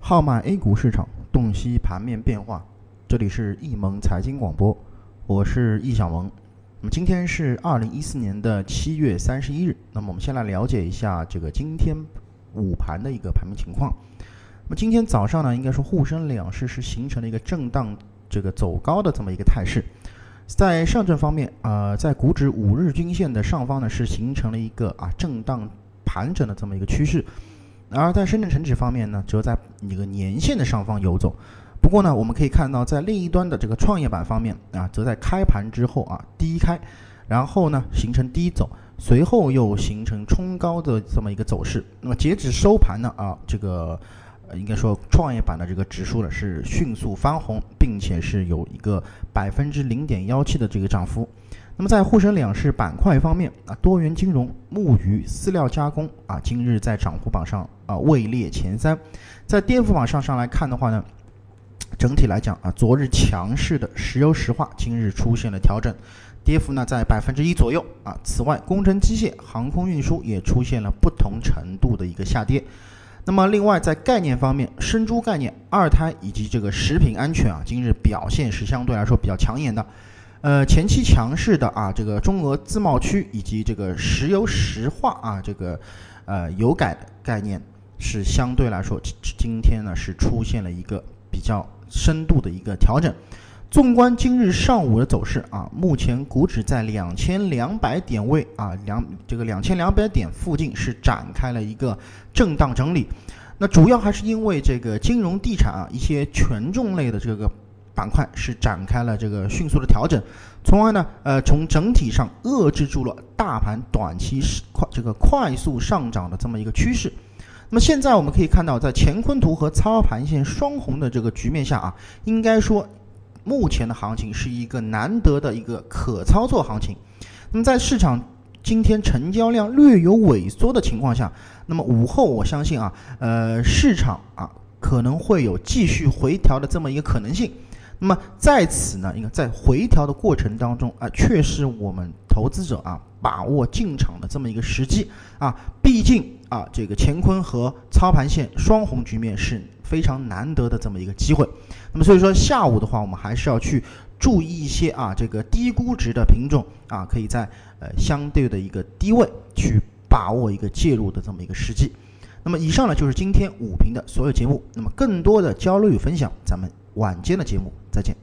号脉 A 股市场，洞悉盘面变化。这里是易盟财经广播，我是易小萌。那么今天是2014年的7月31日。那么我们先来了解一下这个今天午盘的一个盘面情况。那么今天早上呢，应该说沪深两市是形成了一个震荡走高的这么一个态势。在上证方面，在股指5日均线的上方呢，是形成了一个震荡盘整的这么一个趋势。而在深圳成指方面呢，则在一个年线的上方游走。不过呢，我们可以看到，在另一端的这个创业板方面则在开盘之后低开，然后呢形成低走，随后又形成冲高的这么一个走势。那么截止收盘呢应该说创业板的这个指数呢是迅速翻红，并且是有一个0.17%的这个涨幅。那么在沪深两市板块方面多元金融、木鱼、饲料加工今日在涨幅榜上位列前三。在跌幅榜上来看的话呢，整体来讲昨日强势的石油石化今日出现了调整，跌幅呢在1%左右此外，工程机械、航空运输也出现了不同程度的一个下跌。那么另外在概念方面，生猪概念、二胎以及这个食品安全今日表现是相对来说比较抢眼的。前期强势的这个中俄自贸区以及这个石油石化油改的概念是相对来说今天呢是出现了一个比较深度的一个调整。纵观今日上午的走势目前股指在2200点位2200点附近是展开了一个震荡整理。那主要还是因为这个金融地产一些权重类的这个板块是展开了这个迅速的调整，从而呢从整体上遏制住了大盘短期快速上涨的这么一个趋势。那么现在我们可以看到，在乾坤图和操盘线双红的这个局面下应该说目前的行情是一个难得的一个可操作行情。那么在市场今天成交量略有萎缩的情况下，那么午后我相信市场可能会有继续回调的这么一个可能性。那么在此呢，在回调的过程当中却是我们投资者把握进场的这么一个时机毕竟这个乾坤和操盘线双红局面是非常难得的这么一个机会。那么所以说下午的话，我们还是要去注意一些这个低估值的品种可以在相对的一个低位去把握一个介入的这么一个时机。那么以上呢就是今天午评的所有节目。那么更多的交流与分享，咱们晚间的节目再见。